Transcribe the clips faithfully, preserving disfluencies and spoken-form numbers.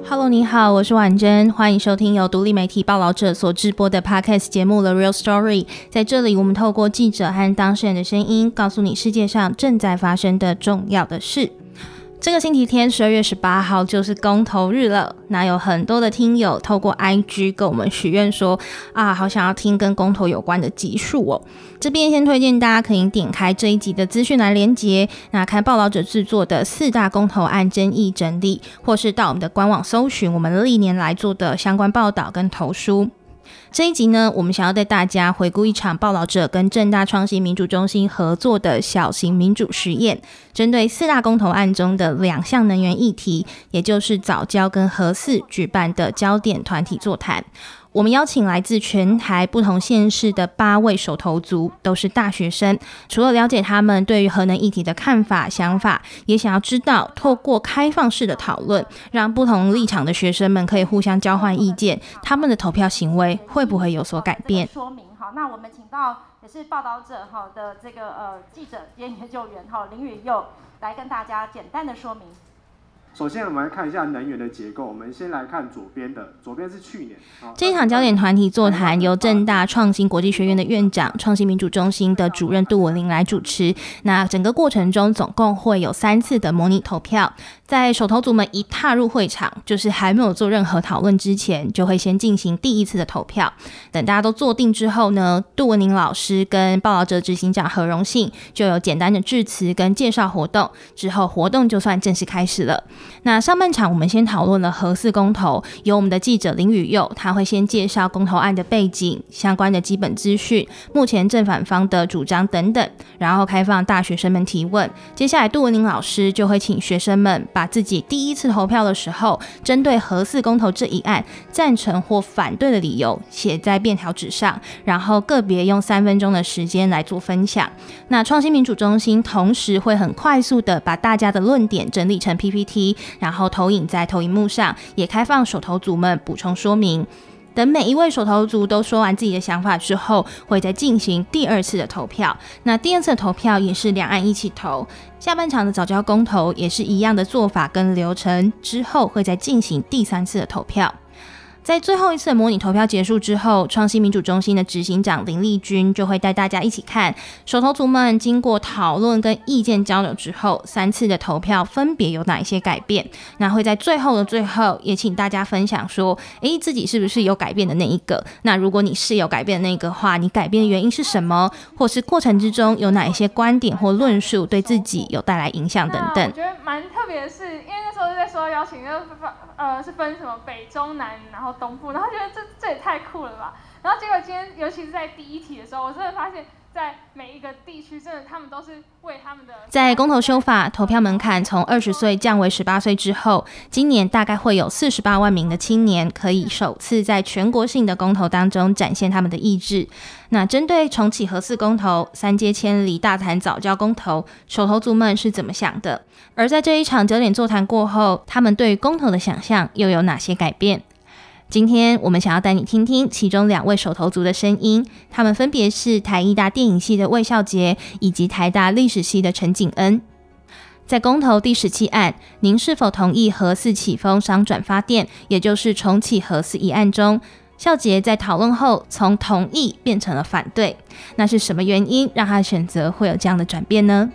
Hello， 你好，我是婉珍，欢迎收听由独立媒体报道者所制播的 Podcast 节目 The Real Story。在这里，我们透过记者和当事人的声音，告诉你世界上正在发生的重要的事。这个星期天十二月十八号就是公投日了，那有很多的听友透过 I G 跟我们许愿说啊，好想要听跟公投有关的集数哦。这边先推荐大家可以点开这一集的资讯栏连结，那看报道者制作的四大公投案争议整理，或是到我们的官网搜寻我们历年来做的相关报道跟投书。这一集呢，我们想要带大家回顾一场报道者跟政大创新民主中心合作的小型民主实验，针对四大公投案中的两项能源议题，也就是藻礁跟核四举办的焦点团体座谈。我们邀请来自全台不同县市的八位手头族，都是大学生。除了了解他们对于核能议题的看法、想法，也想要知道透过开放式的讨论，让不同立场的学生们可以互相交换意见，他们的投票行为会不会有所改变？ 说明好，那我们请到也是报道者哈的这个呃记者兼研究员哈林宇佑来跟大家简单的说明。 首先我们来看一下能源的结构，我们先来看左边的，左边是去年这一场焦点团体座谈由政大创新国际学院的院长、创新民主中心的主任杜文玲来主持。那整个过程中总共会有三次的模拟投票，在手头族们一踏入会场，就是还没有做任何讨论之前，就会先进行第一次的投票。等大家都坐定之后呢，杜文玲老师跟报道者执行长何荣信就有简单的致辞跟介绍活动，之后活动就算正式开始了。那上半场我们先讨论了核四公投，由我们的记者林宇佑，他会先介绍公投案的背景、相关的基本资讯、目前正反方的主张等等，然后开放大学生们提问。接下来杜文玲老师就会请学生们把自己第一次投票的时候，针对核四公投这一案赞成或反对的理由写在便条纸上，然后个别用三分钟的时间来做分享。那创新民主中心同时会很快速的把大家的论点整理成 P P T，然后投影在投影幕上，也开放手头族们补充说明。等每一位手头族都说完自己的想法之后，会再进行第二次的投票。那第二次的投票也是两岸一起投。下半场的藻礁公投也是一样的做法跟流程，之后会再进行第三次的投票。在最后一次的模拟投票结束之后，创新民主中心的执行长林丽君就会带大家一起看手头族们经过讨论跟意见交流之后，三次的投票分别有哪一些改变。那会在最后的最后也请大家分享说，诶，自己是不是有改变的那一个？那如果你是有改变的那个话，你改变的原因是什么？或是过程之中有哪一些观点或论述对自己有带来影响等等。 我觉得蛮特别的是，因为那时候就在说邀请呃是分什么北中南然后东部，然后觉得这这也太酷了吧。然后结果今天尤其是在第一题的时候，我真的发现在每一个地区真的他们都是为他们的在公投修法投票门槛从二十岁降为十八岁之后，今年大概会有四十八万名的青年可以首次在全国性的公投当中展现他们的意志。那针对重启核四公投、三接千里大潭藻礁公投，手头族们是怎么想的？而在这一场焦点座谈过后，他们对于公投的想象又有哪些改变？今天我们想要带你听听其中两位手头族的声音，他们分别是台艺大电影系的魏孝杰以及台大历史系的陈景恩。在公投第十七案，您是否同意核四启封商转发电，也就是重启核四一案中，孝杰在讨论后从同意变成了反对，那是什么原因让他选择会有这样的转变呢？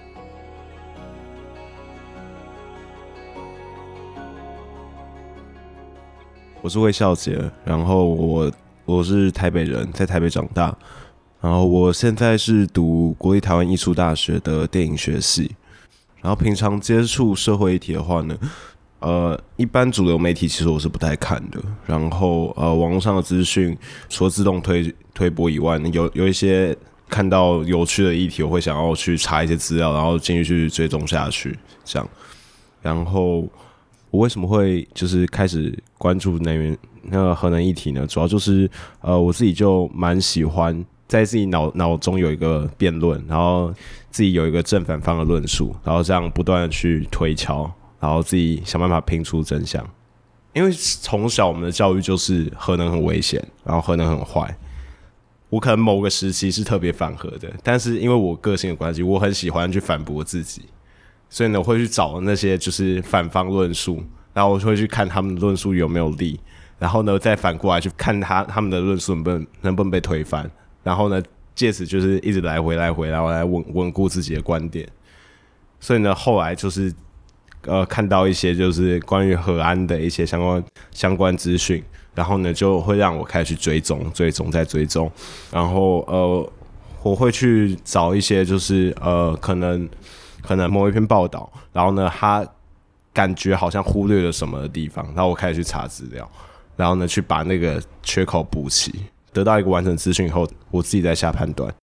我是魏孝杰，然后我我是台北人，在台北长大，然后我现在是读国立台湾艺术大学的电影学系。然后平常接触社会议题的话呢，呃，一般主流媒体其实我是不太看的。然后呃，网络上的资讯除了自动推推播以外呢，有有一些看到有趣的议题，我会想要去查一些资料，然后进去去追踪下去，这样。然后我为什么会就是开始关注能源那个核能议题呢？主要就是呃，我自己就蛮喜欢在自己脑脑中有一个辩论，然后自己有一个正反方的论述，然后这样不断的去推敲，然后自己想办法拼出真相。因为从小我们的教育就是核能很危险，然后核能很坏。我可能某个时期是特别反核的，但是因为我个性的关系，我很喜欢去反驳自己，所以呢，我会去找那些就是反方论述， 然后我就会去看他们的论述有没有力，然后呢再反过来去看他他们的论述能不能能不能被推翻，然后呢借此就是一直来回来回来来稳稳固自己的观点。所以呢后来就是呃看到一些就是关于核安的一些相关相关资讯，然后呢就会让我开始去追踪追踪再追踪，然后呃我会去找一些就是呃可能可能某一篇报道，然后呢他感觉好像忽略了什么的地方，然后我开始去查资料，然后呢去把那个缺口补齐，得到一个完整资讯以后，我自己再下判断。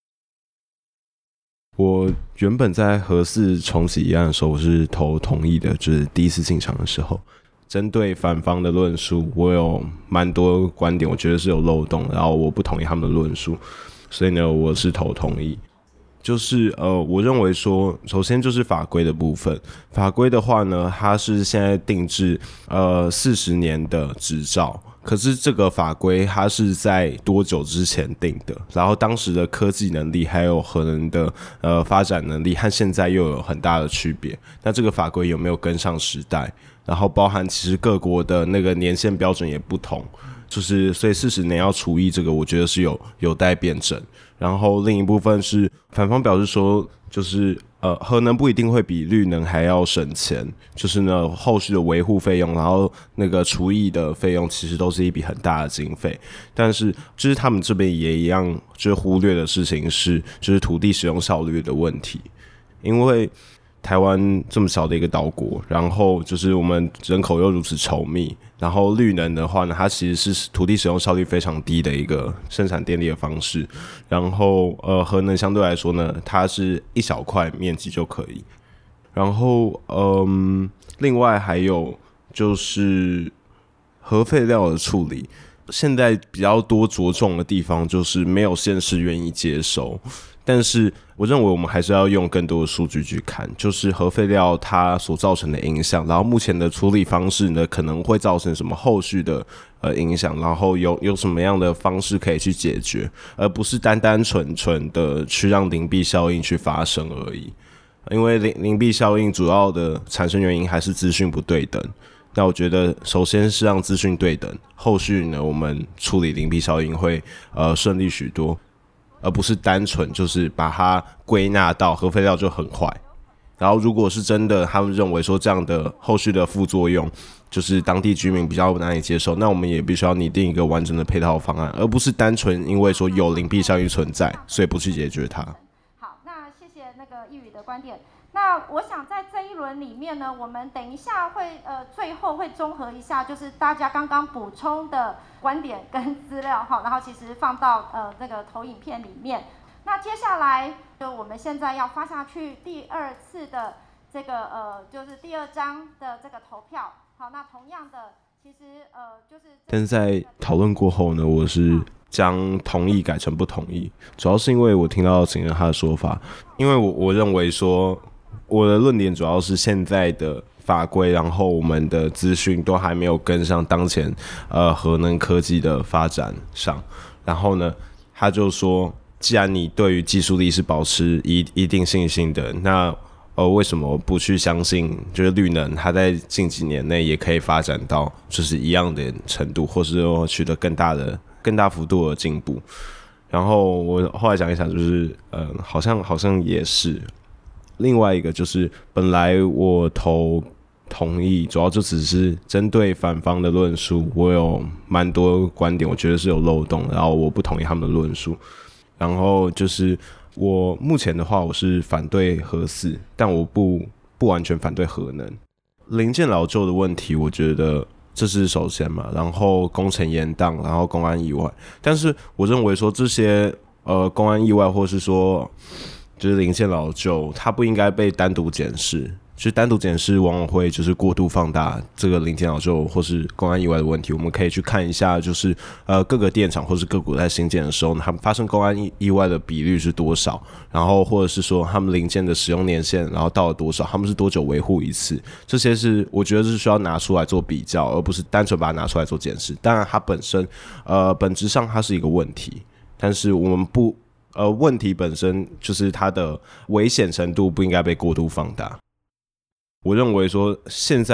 我原本在核四重启议案的时候，我是投同意的，就是第一次进场的时候，针对反方的论述，我有蛮多观点，我觉得是有漏洞，然后我不同意他们的论述，所以呢，我是投同意。就是呃，我认为说，首先就是法规的部分。法规的话呢，它是现在定制呃四十年的执照，可是这个法规它是在多久之前定的？然后当时的科技能力还有核能的呃发展能力和现在又有很大的区别。那这个法规有没有跟上时代？然后包含其实各国的那个年限标准也不同。就是所以四十年要除役这个，我觉得是有有待辩证。然后另一部分是反方表示说，就是呃核能不一定会比绿能还要省钱，就是呢后续的维护费用，然后那个除役的费用其实都是一笔很大的经费。但是就是他们这边也一样，就是忽略的事情是就是土地使用效率的问题，因为台湾这么小的一个岛国，然后就是我们人口又如此稠密，然后绿能的话呢，它其实是土地使用效率非常低的一个生产电力的方式，然后呃核能相对来说呢，它是一小块面积就可以，然后嗯，另外还有就是核废料的处理。现在比较多着重的地方就是没有县市愿意接收，但是我认为我们还是要用更多的数据去看，就是核废料它所造成的影响，然后目前的处理方式呢可能会造成什么后续的呃影响，然后有有什么样的方式可以去解决，而不是单单纯纯的去让邻避效应去发生而已。因为邻邻避效应主要的产生原因还是资讯不对等。那我觉得首先是让资讯对等，后续呢我们处理邻避效应会呃顺利许多，而不是单纯就是把它归纳到核废料就很坏。然后如果是真的他们认为说这样的后续的副作用就是当地居民比较难以接受，那我们也必须要拟定一个完整的配套方案，而不是单纯因为说有邻避效应存在所以不去解决它。 好，那谢谢那个一宇的观点。那我想在这一轮里面呢，我们等一下会呃最后会综合一下，就是大家刚刚补充的观点跟资料哈，然后其实放到呃那个投影片里面。那接下来就我们现在要发下去第二次的这个呃就是第二章的这个投票。好，那同样的其实呃就是， 但是在讨论过后呢，我是将同意改成不同意，主要是因为我听到景仁他的说法，因为我我认为说。我的论点主要是现在的法规，然后我们的资讯都还没有跟上当前呃核能科技的发展上。然后呢，他就说，既然你对于技术力是保持一一定信心的，那呃为什么不去相信，就是绿能它在近几年内也可以发展到就是一样的程度，或是说取得更大的更大幅度的进步？然后我后来想一想，就是呃好像好像也是。另外一个就是，本来我投同意，主要就只是针对反方的论述，我有蛮多观点，我觉得是有漏洞，然后我不同意他们的论述。然后就是我目前的话，我是反对核四，但我不不完全反对核能。零件老旧的问题，我觉得这是首先嘛，然后工程延宕，然后公安意外。但是我认为说这些呃公安意外，或是说。就是零件老旧，它不应该被单独检视。就是单独检视，往往会就是过度放大这个零件老旧或是公安意外的问题。我们可以去看一下，就是呃各个电厂或是各股在新建的时候，他们发生公安意外的比率是多少？然后或者是说他们零件的使用年限，然后到了多少？他们是多久维护一次？这些是我觉得是需要拿出来做比较，而不是单纯把它拿出来做检视。当然，它本身呃本质上它是一个问题，但是我们不。呃，问题本身就是它的危险程度不应该被过度放大。我认为说，现在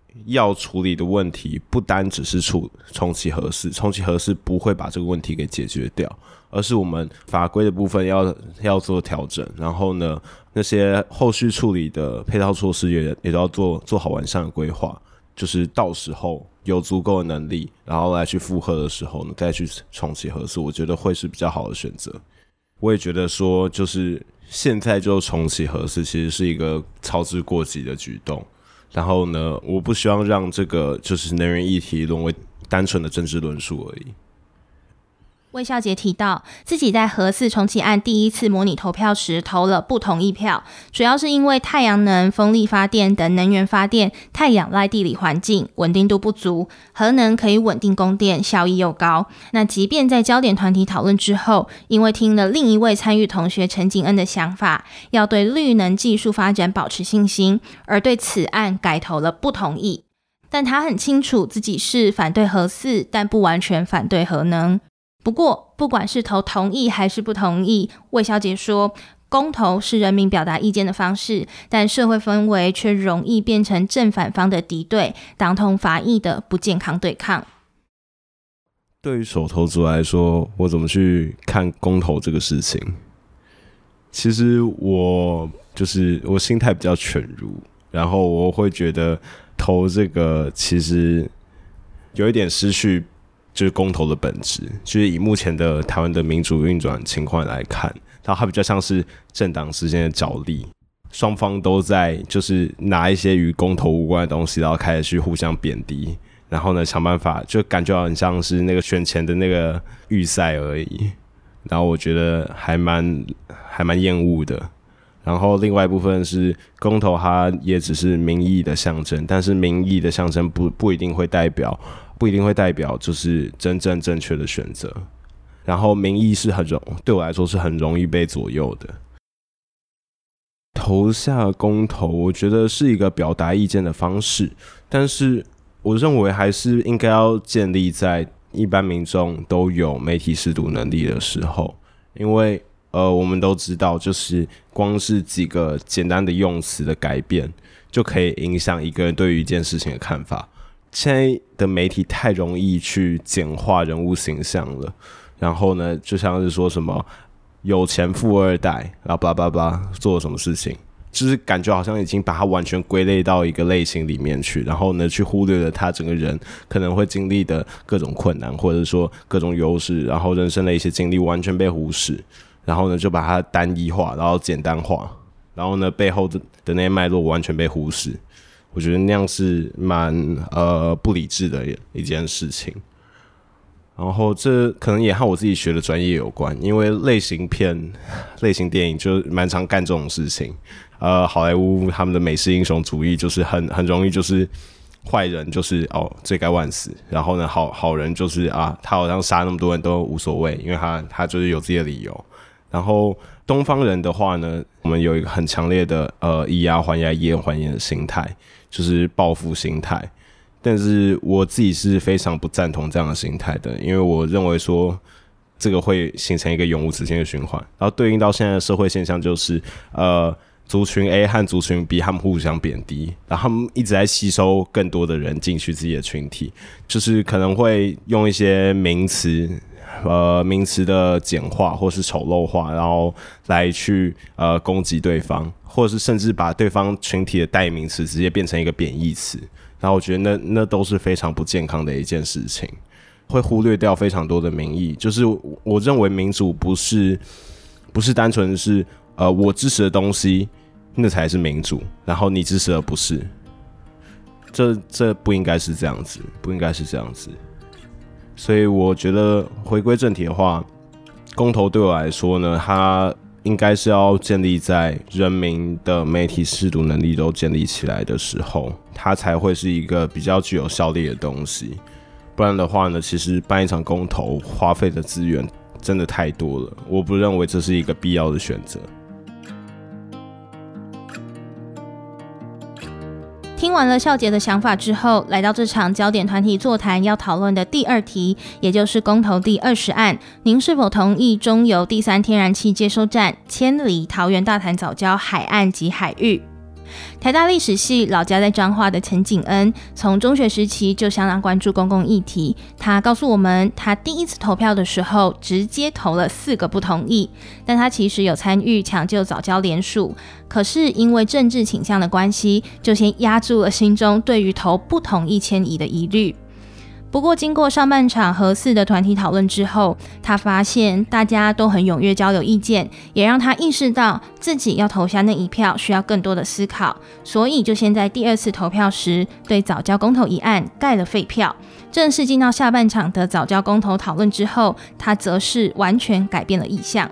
要处理的问题不单只是处重启核四，重启核四不会把这个问题给解决掉，而是我们法规的部分要要做调整，然后呢，那些后续处理的配套措施也也都要做做好完善的规划，就是到时候有足够的能力，然后来去负荷的时候呢，再去重启核四，我觉得会是比较好的选择。我也觉得说，就是现在就重启核四，其实是一个操之过急的举动。然后呢，我不希望让这个就是能源议题沦为单纯的政治论述而已。 魏孝杰提到，自己在核四重启案第一次模拟投票时投了不同意票，主要是因为太阳能、风力发电等能源发电太仰赖地理环境，稳定度不足，核能可以稳定供电，效益又高。那即便在焦点团体讨论之后，因为听了另一位参与同学陈景恩的想法，要对绿能技术发展保持信心，而对此案改投了不同意。但他很清楚自己是反对核四，但不完全反对核能。不过，不管是投同意还是不同意，魏小姐说，公投是人民表达意见的方式，但社会氛围却容易变成正反方的敌对，党同伐异的不健康对抗。 对于手头族来说，我怎么去看公投这个事情？其实我就是我心态比较犬儒，然后我会觉得投这个其实有一点失去就是公投的本质，就是以目前的台湾的民主运转情况来看，然后它比较像是政党之间的角力，双方都在就是拿一些与公投无关的东西，然后开始去互相贬低，然后呢想办法，就感觉很像是那个选前的那个预赛而已，然后我觉得还蛮还蛮厌恶的。然后另外一部分是公投，它也只是民意的象征，但是民意的象征不不一定会代表。不一定会代表就是真正正确的选择，然后民意是很容对我来说是很容易被左右的。投下公投，我觉得是一个表达意见的方式，但是我认为还是应该要建立在一般民众都有媒体识读能力的时候，因为呃我们都知道，就是光是几个简单的用词的改变，就可以影响一个人对于一件事情的看法。现在的媒体太容易去简化人物形象了，然后呢，就像是说什么有钱富二代，然后巴拉巴拉做了什么事情，就是感觉好像已经把他完全归类到一个类型里面去，然后呢，去忽略了他整个人可能会经历的各种困难，或者说各种优势，然后人生的一些经历完全被忽视，然后呢，就把它单一化，然后简单化，然后呢，背后的的那些脉络完全被忽视。我觉得那样是蛮呃不理智的一件事情，然后这可能也和我自己学的专业有关，因为类型片、类型电影就蛮常干这种事情。呃，好莱坞他们的美式英雄主义就是很很容易就是坏人就是哦罪该万死，然后呢好好人就是啊他好像杀那么多人都无所谓，因为他他就是有自己的理由。然后东方人的话呢，我们有一个很强烈的呃以牙还牙、以眼还眼的心态。就是报复心态，但是我自己是非常不赞同这样的心态的，因为我认为说这个会形成一个永无止境的循环，然后对应到现在的社会现象就是，呃，族群 A 和族群 B 他们互相贬低，然后他们一直在吸收更多的人进去自己的群体，就是可能会用一些名词。呃，名词的简化或是丑陋化，然后来去呃攻击对方，或者是甚至把对方群体的代名词直接变成一个贬义词，然后我觉得那那都是非常不健康的一件事情，会忽略掉非常多的民意。就是我认为民主不是不是单纯是呃我支持的东西那才是民主，然后你支持的不是，这这不应该是这样子，不应该是这样子。所以我觉得回归正题的话，公投对我来说呢，它应该是要建立在人民的媒体识读能力都建立起来的时候，它才会是一个比较具有效力的东西。不然的话呢，其实办一场公投花费的资源真的太多了，我不认为这是一个必要的选择。 听完了孝杰的想法之后，来到这场焦点团体座谈要讨论的第二题，也就是公投第二十案，您是否同意中油第三天然气接收站迁离桃园大潭藻礁海岸及海域？ 台大历史系老家在彰化的陈景恩，从中学时期就相当关注公共议题。他告诉我们，他第一次投票的时候，直接投了四个不同意，但他其实有参与抢救早教联署，可是因为政治倾向的关系，就先压住了心中对于投不同意迁移的疑虑。不过经过上半场核四的团体讨论之后，他发现大家都很踊跃交流意见，也让他意识到自己要投下那一票需要更多的思考，所以就先在第二次投票时对早教公投一案盖了废票。正式进到下半场的早教公投讨论之后，他则是完全改变了意向。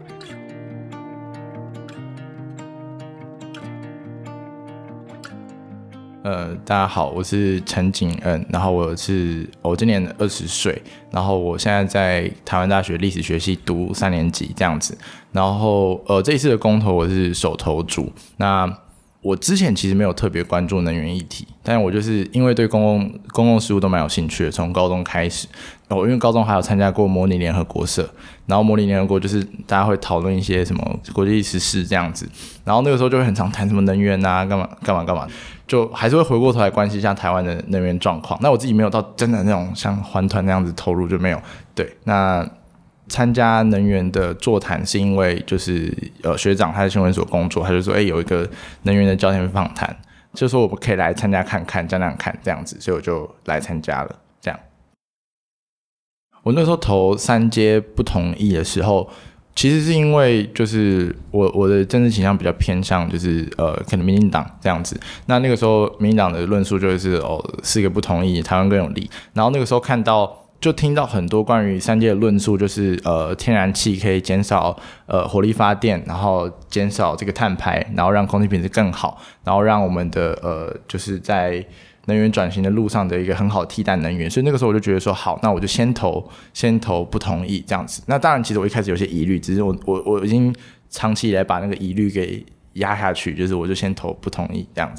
呃，大家好，我是陈景恩，然后我是我今年二十岁，然后我现在在台湾大学历史学系读三年级这样子，然后呃这一次的公投我是首投组。那我之前其实没有特别关注能源议题，但我就是因为对公共公共事务都蛮有兴趣的，从高中开始，我因为高中还有参加过模拟联合国社，然后模拟联合国就是大家会讨论一些什么国际时事这样子，然后那个时候就会很常谈什么能源啊，干嘛干嘛干嘛。就还是会回过头来关心一下台湾的能源状况。那我自己没有到真的那种像环团那样子投入，就没有。对，那参加能源的座谈是因为就是呃学长他在新闻所工作，他就说哎、欸、有一个能源的焦点访谈，就说我们可以来参加看看讲讲看这样子，所以我就来参加了。这样，我那时候投三阶不同意的时候。其实是因为就是我我的政治倾向比较偏向就是呃可能民进党这样子，那那个时候民进党的论述就是哦四个不同意台湾更有利，然后那个时候看到就听到很多关于三阶的论述，就是呃天然气可以减少呃火力发电，然后减少这个碳排，然后让空气品质更好，然后让我们的呃就是在能源转型的路上的一个很好的替代能源，所以那个时候我就觉得说好，那我就先投先投不同意这样子。那当然其实我一开始有些疑虑，只是我我我已经长期以来把那个疑虑给压下去，就是我就先投不同意这样子。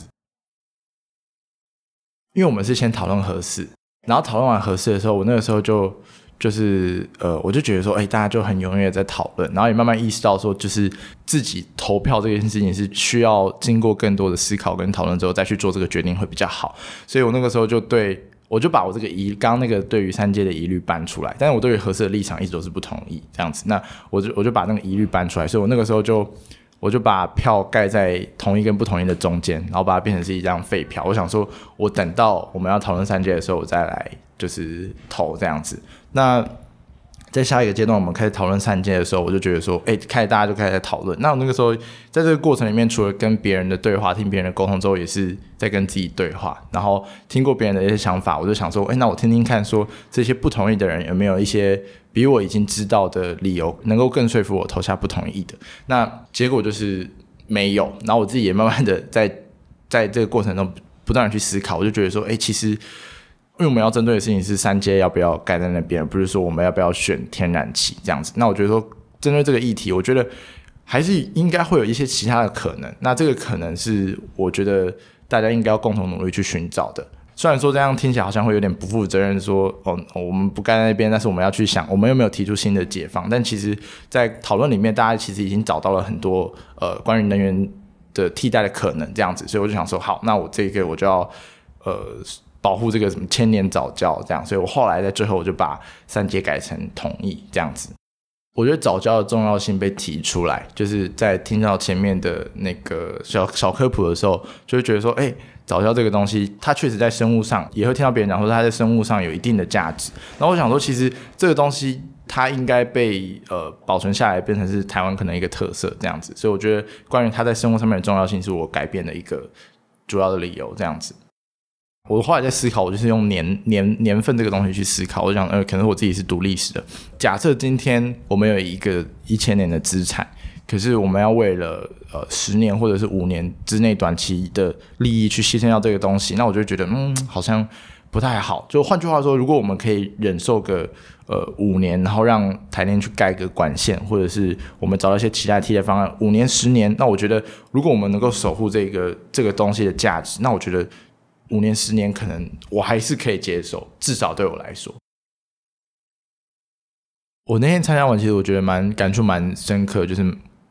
因为我们是先讨论核四，然后讨论完核四的时候，我那个时候就就是呃，我就觉得说，哎、欸，大家就很踊跃在讨论，然后也慢慢意识到说，就是自己投票这件事情是需要经过更多的思考跟讨论之后再去做这个决定会比较好。所以我那个时候就对，我就把我这个疑，刚刚那个对于三阶的疑虑搬出来，但是我对于核四的立场一直都是不同意这样子。那我就我就把那个疑虑搬出来，所以我那个时候就我就把票盖在同意跟不同意的中间，然后把它变成是一张废票。我想说，我等到我们要讨论三阶的时候，我再来就是投这样子。那在下一个阶段我们开始讨论三阶的时候，我就觉得说哎、欸，开始大家就开始在讨论。那我那个时候在这个过程里面，除了跟别人的对话听别人的沟通之后，也是在跟自己对话，然后听过别人的一些想法，我就想说哎、欸，那我听听看说这些不同意的人有没有一些比我已经知道的理由能够更说服我投下不同意的。那结果就是没有，然后我自己也慢慢的在在这个过程中不断的去思考，我就觉得说哎、欸，其实因为我们要针对的事情是三阶要不要盖在那边，而不是说我们要不要选天然气这样子。那我觉得说针对这个议题，我觉得还是应该会有一些其他的可能，那这个可能是我觉得大家应该要共同努力去寻找的。虽然说这样听起来好像会有点不负责任说哦，我们不盖在那边，但是我们要去想我们有没有提出新的解放，但其实在讨论里面大家其实已经找到了很多呃关于能源的替代的可能这样子。所以我就想说好，那我这个我就要呃保护这个什么千年早教这样，所以我后来在最后我就把三阶改成同意这样子。我觉得早教的重要性被提出来，就是在听到前面的那个小小科普的时候，就会觉得说，哎、欸，早教这个东西，它确实在生物上，也会听到别人讲说它在生物上有一定的价值。然后我想说，其实这个东西它应该被呃保存下来，变成是台湾可能一个特色这样子。所以我觉得关于它在生物上面的重要性，是我改变的一个主要的理由这样子。我后来在思考，我就是用年年年份这个东西去思考。我想，呃，可能我自己是读历史的。假设今天我们有一个一千年的资产，可是我们要为了呃十年或者是五年之内短期的利益去牺牲掉这个东西，那我就觉得，嗯，好像不太好。就换句话说，如果我们可以忍受个呃五年，然后让台电去盖个管线，或者是我们找到一些其他的替代方案，五年十年，那我觉得如果我们能够守护这个这个东西的价值，那我觉得五年十年可能我还是可以接受，至少对我来说。我那天参加完，其实我觉得蛮感触蛮深刻，就是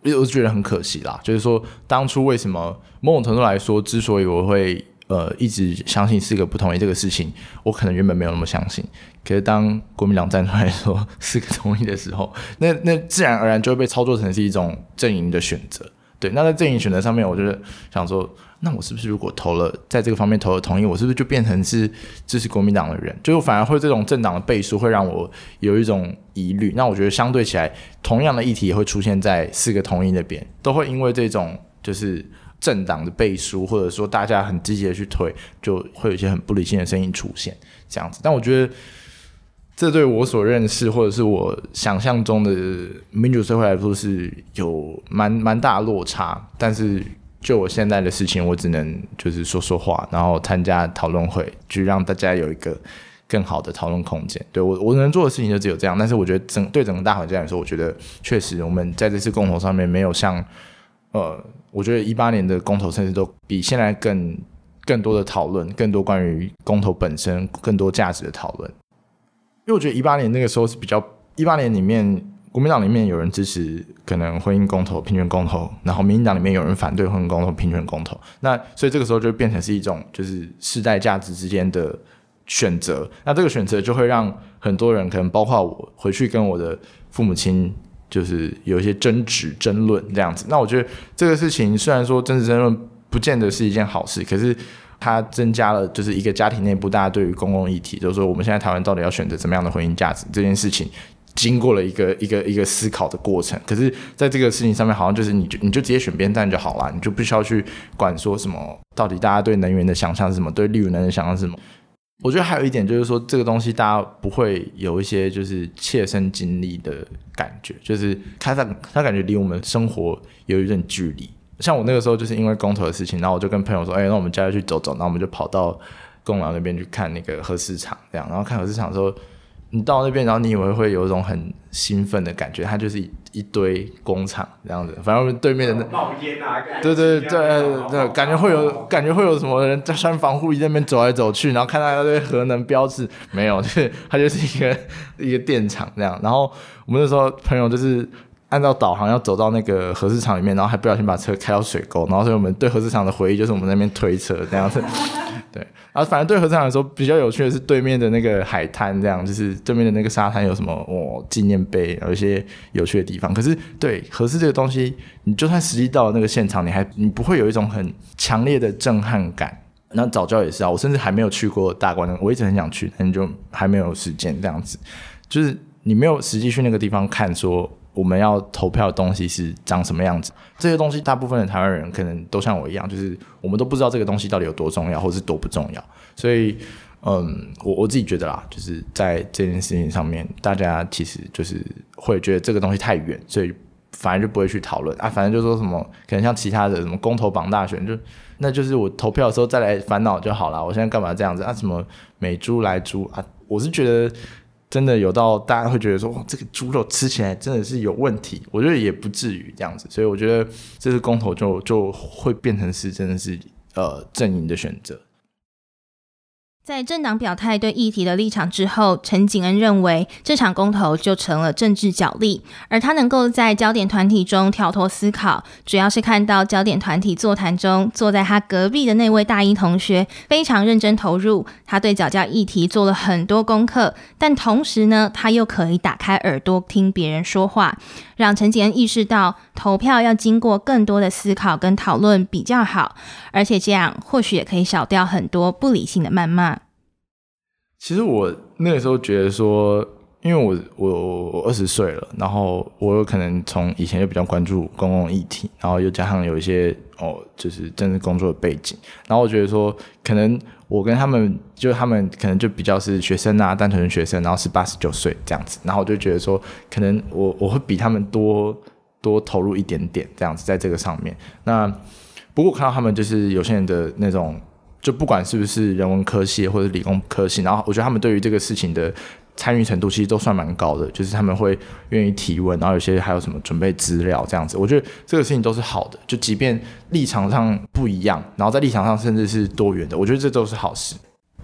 我觉得很可惜啦。就是说，当初为什么某种程度来说，之所以我会呃一直相信四个不同意这个事情，我可能原本没有那么相信。可是当国民党站出来说四个同意的时候，那那自然而然就会被操作成是一种阵营的选择。对，那在阵营选择上面，我就想说，那我是不是如果投了在这个方面投了同意，我是不是就变成是支持国民党的人？就反而会这种政党的倍数会让我有一种疑虑。那我觉得相对起来，同样的议题也会出现在四个同意那边，都会因为这种就是政党的倍数，或者说大家很积极的去推，就会有一些很不理性的声音出现这样子。但我觉得这对我所认识或者是我想象中的民主社会来说是有蛮蛮大的落差，但是就我现在的事情，我只能就是说说话，然后参加讨论会，去让大家有一个更好的讨论空间。对，我我能做的事情就只有这样，但是我觉得整对整个大环境来说，我觉得确实我们在这次公投上面没有像呃，我觉得一八年的公投甚至都比现在更更多的讨论，更多关于公投本身更多价值的讨论。因为我觉得一八年那个时候是比较，一八年里面国民党里面有人支持可能婚姻公投、平权公投，然后民进党里面有人反对婚姻公投、平权公投，那所以这个时候就变成是一种就是世代价值之间的选择，那这个选择就会让很多人可能包括我回去跟我的父母亲就是有一些争执争论这样子。那我觉得这个事情虽然说争执争论不见得是一件好事，可是它增加了就是一个家庭内部大家对于公共议题，就是说我们现在台湾到底要选择怎么样的婚姻价值这件事情，经过了一个一个一个思考的过程。可是在这个事情上面，好像就是你就你就直接选边站就好了，你就不需要去管说什么到底大家对能源的想象是什么，对绿能的想象是什么。我觉得还有一点就是说，这个东西大家不会有一些就是切身经历的感觉，就是它它感觉离我们生活有一点距离。像我那个时候就是因为公投的事情，然后我就跟朋友说，哎、欸，那我们家去走走，然后我们就跑到公寮那边去看那个核市场，这样，然后看核市场的时候，你到那边，然后你以为会有一种很兴奋的感觉，它就是一一堆工厂这样子，反正对面的那冒烟啊， 对对对对对，感觉会有感觉会有什么人在穿防护衣在那边走来走去，然后看到一堆核能标志，没有，就是它就是一个一个电厂这样。然后我们那时候朋友就是按照导航要走到那个核市场里面，然后还不小心把车开到水沟，然后所以我们对核市场的回忆就是我们在那边推车这样子。对，然后反正对核市场来说比较有趣的是对面的那个海滩，这样就是对面的那个沙滩有什么哦纪念碑，有一些有趣的地方。可是对核市这个东西，你就算实际到了那个现场，你还你不会有一种很强烈的震撼感。那早教也是啊，我甚至还没有去过大观，我一直很想去，但就还没有时间这样子。就是你没有实际去那个地方看说我们要投票的东西是长什么样子，这些东西大部分的台湾人可能都像我一样，就是我们都不知道这个东西到底有多重要或是多不重要。所以嗯，我我自己觉得啦，就是在这件事情上面，大家其实就是会觉得这个东西太远，所以反而就不会去讨论啊。反正就说什么可能像其他的什么公投榜大选，就那就是我投票的时候再来烦恼就好啦，我现在干嘛这样子啊？什么美猪来猪啊？我是觉得真的有到大家会觉得说，这个猪肉吃起来真的是有问题，我觉得也不至于这样子。所以我觉得这次公投就就会变成是真的是呃阵营的选择。 在政党表态对议题的立场之后，陈景恩认为这场公投就成了政治角力，而他能够在焦点团体中跳脱思考，主要是看到焦点团体座谈中坐在他隔壁的那位大一同学非常认真投入，他对早教议题做了很多功课，但同时呢，他又可以打开耳朵听别人说话，让陈景恩意识到投票要经过更多的思考跟讨论比较好，而且这样或许也可以少掉很多不理性的谩骂。 其实我那个时候觉得说，因为我我我二十岁了，然后我有可能从以前就比较关注公共议题，然后又加上有一些哦，就是政治工作的背景，然后我觉得说，可能我跟他们就他们可能就比较是学生啊，单纯的学生，然后十八十九岁这样子，然后我就觉得说，可能我我会比他们多多投入一点点这样子在这个上面。那不过我看到他们就是有些人的那种。就不管是不是人文科系或者理工科系，然后我觉得他们对于这个事情的参与程度其实都算蛮高的，就是他们会愿意提问，然后有些还有什么准备资料这样子，我觉得这个事情都是好的，就即便立场上不一样，然后在立场上甚至是多元的，我觉得这都是好事。 你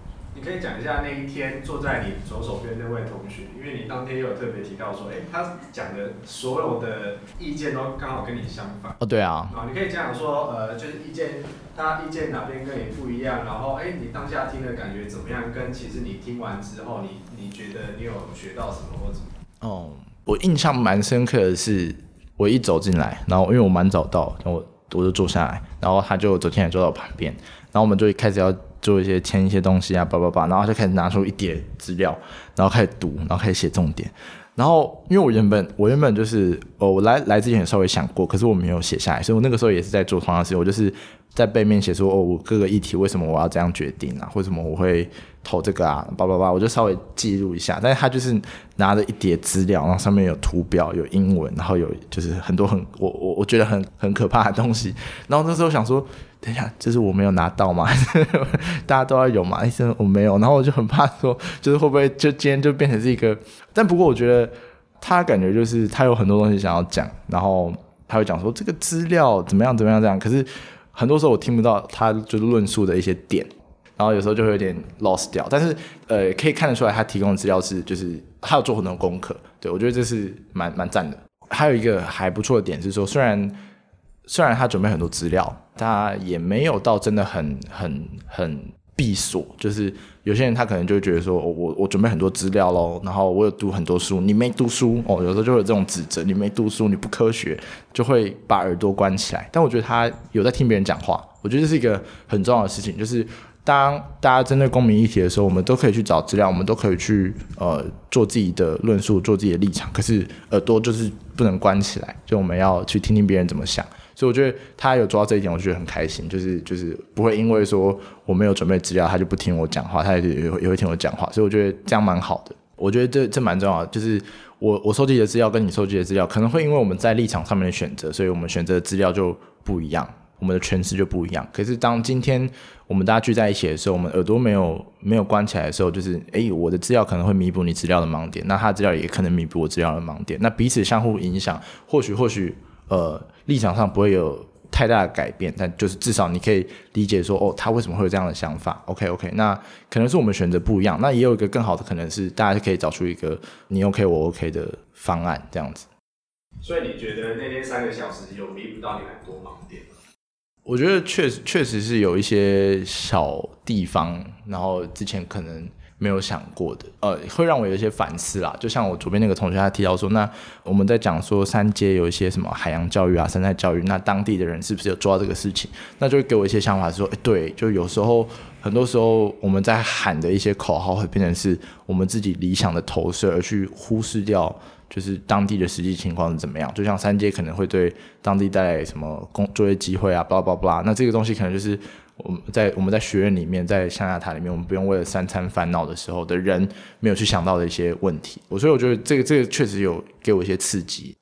可以讲一下那一天坐在你左手边那位同学，因为你当天也有特别提到说，哎、欸，他讲的所有的意见都刚好跟你相反。 哦，对啊。 啊，你可以这样说，呃，就是意见，他意见哪边跟你不一样，然后哎、欸，你当下听的感觉怎么样？跟其实你听完之后，你你觉得你有学到什么或怎么？ 哦，我印象蛮深刻的是，我一走进来，然后因为我蛮早到，然后我我就坐下来，然后他就走进来坐到我旁边，然后我们就开始要做一些签一些东西啊，叭叭叭，然后他就开始拿出一叠资料，然后开始读，然后开始写重点。然后因为我原本我原本就是哦，我来来之前稍微想过，可是我没有写下来，所以我那个时候也是在做同样的事情，我就是在背面写说哦，我各个议题为什么我要这样决定啊，为什么我会投这个啊，叭叭叭，我就稍微记录一下。但是他就是拿着一叠资料，然后上面有图表，有英文，然后有就是很多很我我我觉得很很可怕的东西。然后那时候想说，等一下，这是我没有拿到吗？大家都要有嘛？医生我没有，然后我就很怕说，就是会不会就今天就变成是一个？但不过我觉得他感觉就是他有很多东西想要讲，然后他会讲说这个资料怎么样怎么样这样，可是很多时候我听不到他就是论述的一些点，然后有时候就会有点 lost 掉。但是呃，可以看得出来他提供的资料是就是他有做很多功课，对我觉得这是蛮蛮赞的。还有一个还不错的点是说，虽然虽然他准备很多资料，他也没有到真的很很很闭锁，就是有些人他可能就会觉得说，哦、我我准备很多资料咯，然后我有读很多书，你没读书哦，有时候就会有这种指责，你没读书，你不科学，就会把耳朵关起来。但我觉得他有在听别人讲话，我觉得这是一个很重要的事情，就是当大家针对公民议题的时候，我们都可以去找资料，我们都可以去呃做自己的论述，做自己的立场，可是耳朵就是不能关起来，就我们要去听听别人怎么想。所以我觉得他有做到这一点，我觉得很开心，就是就是不会因为说我没有准备资料，他就不听我讲话，他也也会也会听我讲话，所以我觉得这样蛮好的。我觉得这这蛮重要的，就是我我收集的资料跟你收集的资料，可能会因为我们在立场上面的选择，所以我们选择的资料就不一样，我们的诠释就不一样。可是当今天我们大家聚在一起的时候，我们耳朵没有没有关起来的时候，就是哎，我的资料可能会弥补你资料的盲点，那他的资料也可能弥补我资料的盲点，那彼此相互影响，或许或许呃立场上不会有太大的改变，但就是至少你可以理解说，哦，他为什么会有这样的想法 ？OK OK， 那可能是我们选择不一样，那也有一个更好的可能是大家可以找出一个你 OK 我 OK 的方案，这样子。 所以你觉得那天三个小时有弥补到你很多盲点？ 我觉得确实确实是有一些小地方，然后之前可能没有想过的，呃，会让我有一些反思啦。就像我左边那个同学，他提到说，那我们在讲说三接有一些什么海洋教育啊、生态教育，那当地的人是不是有做到这个事情？那就会给我一些想法，说，哎，对，就有时候很多时候我们在喊的一些口号，会变成是我们自己理想的投射，而去忽视掉就是当地的实际情况是怎么样。就像三接可能会对当地带来什么工作业机会啊，巴拉巴拉巴拉，那这个东西可能就是我们在我们在学院里面，在象牙塔里面，我们不用为了三餐烦恼的时候的人没有去想到的一些问题。所以我觉得这个这个确实有给我一些刺激。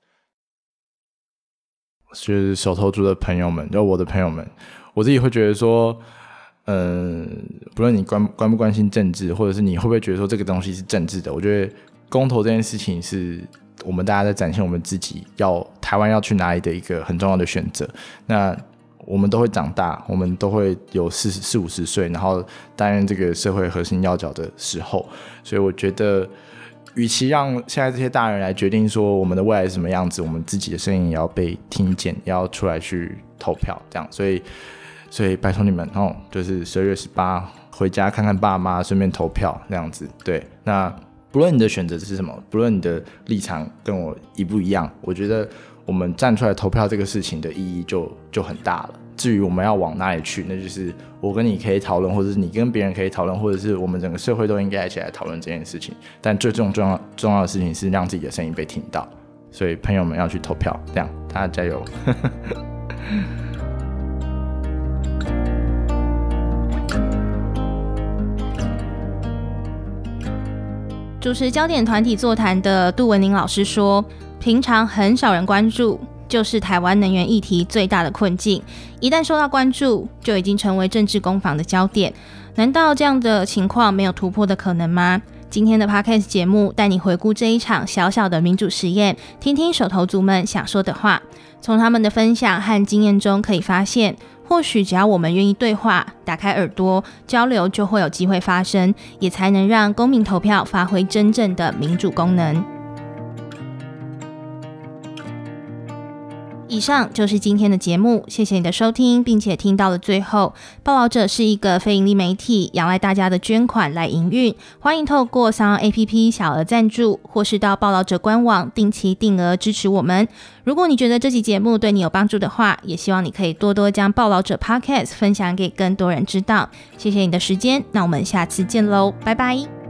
就是手头族的朋友们，就我的朋友们，我自己会觉得说，嗯，不论你关关不关心政治，或者是你会不会觉得说这个东西是政治的，我觉得公投这件事情是我们大家在展现我们自己要台湾要去哪里的一个很重要的选择。那我们都会长大，我们都会有四四五十岁，然后担任这个社会核心要角的时候，所以我觉得，与其让现在这些大人来决定说我们的未来是什么样子，我们自己的声音也要被听见，也要出来去投票，这样。所以，所以拜托你们哦，就是十二月十八回家看看爸妈，顺便投票这样子。对，那不论你的选择是什么，不论你的立场跟我一不一样，我觉得我们站出来投票这个事情的意义就就很大了。至于我们要往哪里去，那就是我跟你可以讨论，或者是你跟别人可以讨论，或者是我们整个社会都应该一起来讨论这件事情。但最重重要重要的事情是让自己的声音被听到。所以朋友们要去投票，这样大家加油！ 主持焦点团体座谈的杜文玲老师说，平常很少人关注，就是台湾能源议题最大的困境，一旦受到关注，就已经成为政治攻防的焦点。难道这样的情况没有突破的可能吗？今天的 Podcast 节目带你回顾这一场小小的民主实验，听听手头族们想说的话。从他们的分享和经验中可以发现， 或许只要我们愿意对话，打开耳朵交流，就会有机会发生，也才能让公民投票发挥真正的民主功能。以上就是今天的节目，谢谢你的收听，并且听到了最后。报道者是一个非营利媒体，仰赖大家的捐款来营运，欢迎透过 SoundOn A P P 小额赞助，或是到报道者官网定期定额支持我们。如果你觉得这期节目对你有帮助的话，也希望你可以多多将报道者 Podcast 分享给更多人知道。谢谢你的时间，那我们下次见喽，拜拜。